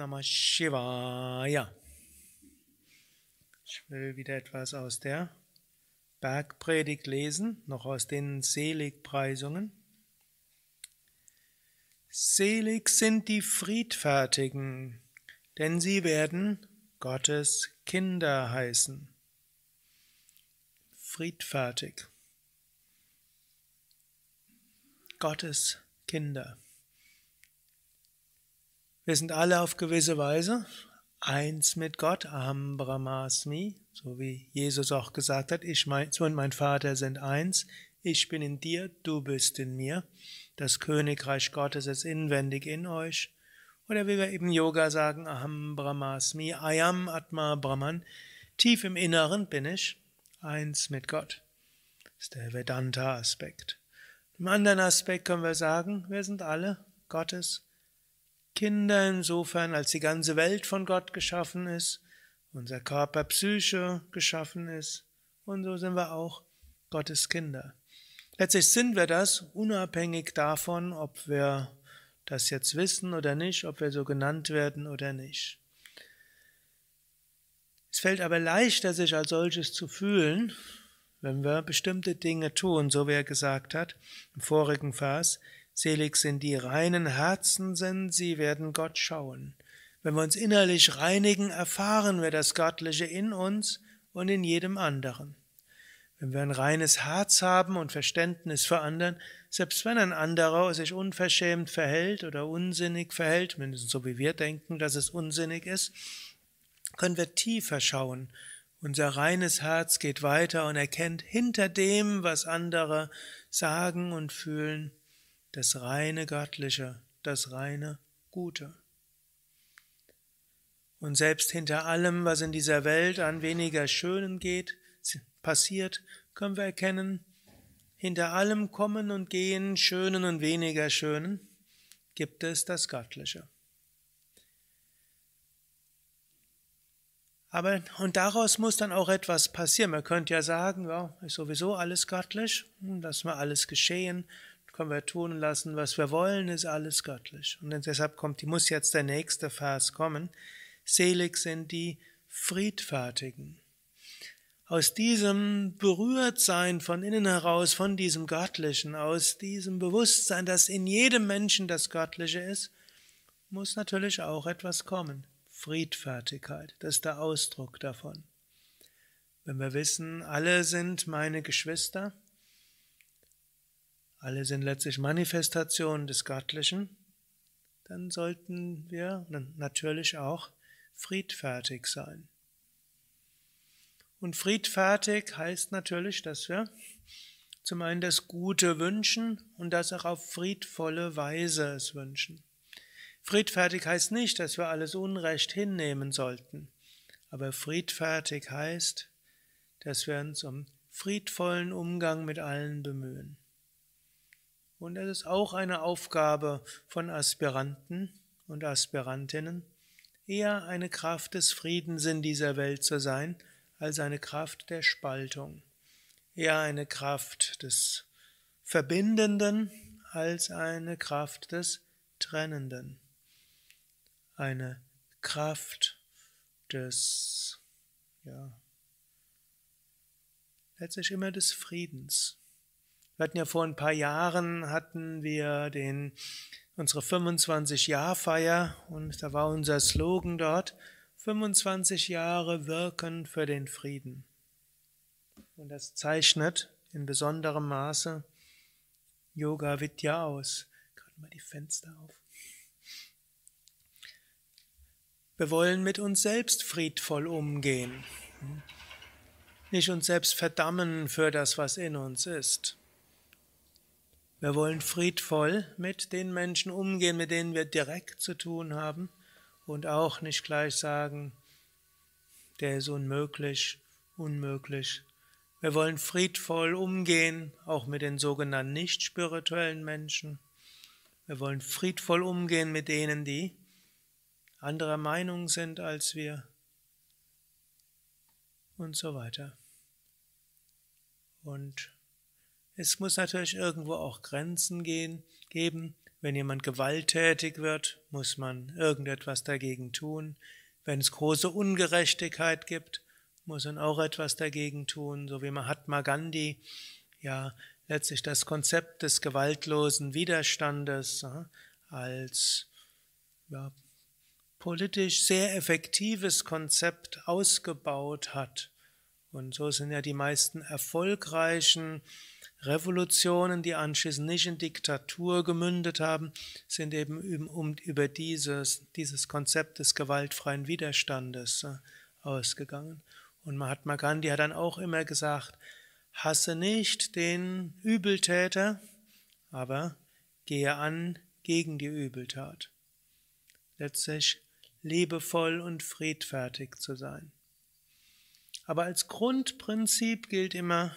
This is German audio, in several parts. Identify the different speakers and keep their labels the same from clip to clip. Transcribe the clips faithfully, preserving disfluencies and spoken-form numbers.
Speaker 1: Namah Shivaya. Ich will wieder etwas aus der Bergpredigt lesen, noch aus den Seligpreisungen. Selig sind die Friedfertigen, denn sie werden Gottes Kinder heißen. Friedfertig. Gottes Kinder. Wir sind alle auf gewisse Weise eins mit Gott, Aham Brahmasmi, so wie Jesus auch gesagt hat, ich mein, und mein Vater sind eins, ich bin in dir, du bist in mir, das Königreich Gottes ist inwendig in euch. Oder wie wir eben Yoga sagen, Aham Brahmasmi, Ayam Atma Brahman, tief im Inneren bin ich eins mit Gott. Das ist der Vedanta-Aspekt. Im anderen Aspekt können wir sagen, wir sind alle Gottes Kinder insofern, als die ganze Welt von Gott geschaffen ist, unser Körper, Psyche geschaffen ist, und so sind wir auch Gottes Kinder. Letztlich sind wir das, unabhängig davon, ob wir das jetzt wissen oder nicht, ob wir so genannt werden oder nicht. Es fällt aber leichter, sich als solches zu fühlen, wenn wir bestimmte Dinge tun, so wie er gesagt hat, im vorigen Vers, selig sind die reinen Herzen sind, sie werden Gott schauen. Wenn wir uns innerlich reinigen, erfahren wir das Göttliche in uns und in jedem anderen. Wenn wir ein reines Herz haben und Verständnis für anderen, selbst wenn ein anderer sich unverschämt verhält oder unsinnig verhält, mindestens so wie wir denken, dass es unsinnig ist, können wir tiefer schauen. Unser reines Herz geht weiter und erkennt hinter dem, was andere sagen und fühlen, das reine Göttliche, das reine Gute. Und selbst hinter allem, was in dieser Welt an weniger Schönen geht, passiert, können wir erkennen, hinter allem Kommen und Gehen, Schönen und weniger Schönen, gibt es das Göttliche. Aber, und daraus muss dann auch etwas passieren. Man könnte ja sagen, ja, ist sowieso alles göttlich, lassen wir alles geschehen, können wir tun lassen, was wir wollen, ist alles göttlich. Und deshalb kommt, muss jetzt der nächste Vers kommen. Selig sind die Friedfertigen. Aus diesem Berührtsein von innen heraus, von diesem Göttlichen, aus diesem Bewusstsein, dass in jedem Menschen das Göttliche ist, muss natürlich auch etwas kommen. Friedfertigkeit, das ist der Ausdruck davon. Wenn wir wissen, alle sind meine Geschwister, alle sind letztlich Manifestationen des Göttlichen, dann sollten wir natürlich auch friedfertig sein. Und friedfertig heißt natürlich, dass wir zum einen das Gute wünschen und das auch auf friedvolle Weise es wünschen. Friedfertig heißt nicht, dass wir alles Unrecht hinnehmen sollten, aber friedfertig heißt, dass wir uns um friedvollen Umgang mit allen bemühen. Und es ist auch eine Aufgabe von Aspiranten und Aspirantinnen, eher eine Kraft des Friedens in dieser Welt zu sein, als eine Kraft der Spaltung. Eher eine Kraft des Verbindenden, als eine Kraft des Trennenden. Eine Kraft des, ja, letztlich immer des Friedens. Wir hatten ja vor ein paar Jahren, hatten wir den, unsere fünfundzwanzig-Jahr-Feier und da war unser Slogan dort, fünfundzwanzig Jahre wirken für den Frieden. Und das zeichnet in besonderem Maße Yoga Vidya aus. Gerade mal die Fenster auf. Wir wollen mit uns selbst friedvoll umgehen. Nicht uns selbst verdammen für das, was in uns ist. Wir wollen friedvoll mit den Menschen umgehen, mit denen wir direkt zu tun haben und auch nicht gleich sagen, der ist unmöglich, unmöglich. Wir wollen friedvoll umgehen, auch mit den sogenannten nicht spirituellen Menschen. Wir wollen friedvoll umgehen mit denen, die anderer Meinung sind als wir und so weiter. Und es muss natürlich irgendwo auch Grenzen gehen, geben, Wenn jemand gewalttätig wird, muss man irgendetwas dagegen tun. Wenn es große Ungerechtigkeit gibt, muss man auch etwas dagegen tun, so wie Mahatma Gandhi ja letztlich das Konzept des gewaltlosen Widerstandes äh, als ja, politisch sehr effektives Konzept ausgebaut hat. Und so sind ja die meisten erfolgreichen Revolutionen, die anschließend nicht in Diktatur gemündet haben, sind eben um, über dieses, dieses Konzept des gewaltfreien Widerstandes äh, ausgegangen. Und Mahatma Gandhi hat dann auch immer gesagt, hasse nicht den Übeltäter, aber gehe an gegen die Übeltat. Letztlich liebevoll und friedfertig zu sein. Aber als Grundprinzip gilt immer,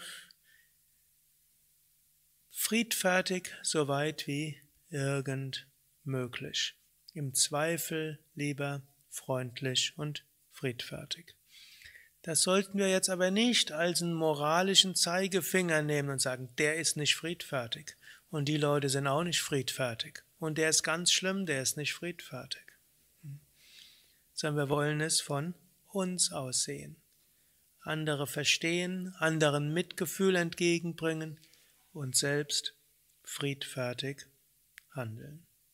Speaker 1: friedfertig so weit wie irgend möglich. Im Zweifel lieber freundlich und friedfertig. Das sollten wir jetzt aber nicht als einen moralischen Zeigefinger nehmen und sagen, der ist nicht friedfertig und die Leute sind auch nicht friedfertig und der ist ganz schlimm, der ist nicht friedfertig. Sondern wir wollen es von uns aus sehen. Andere verstehen, anderen Mitgefühl entgegenbringen und selbst friedfertig handeln.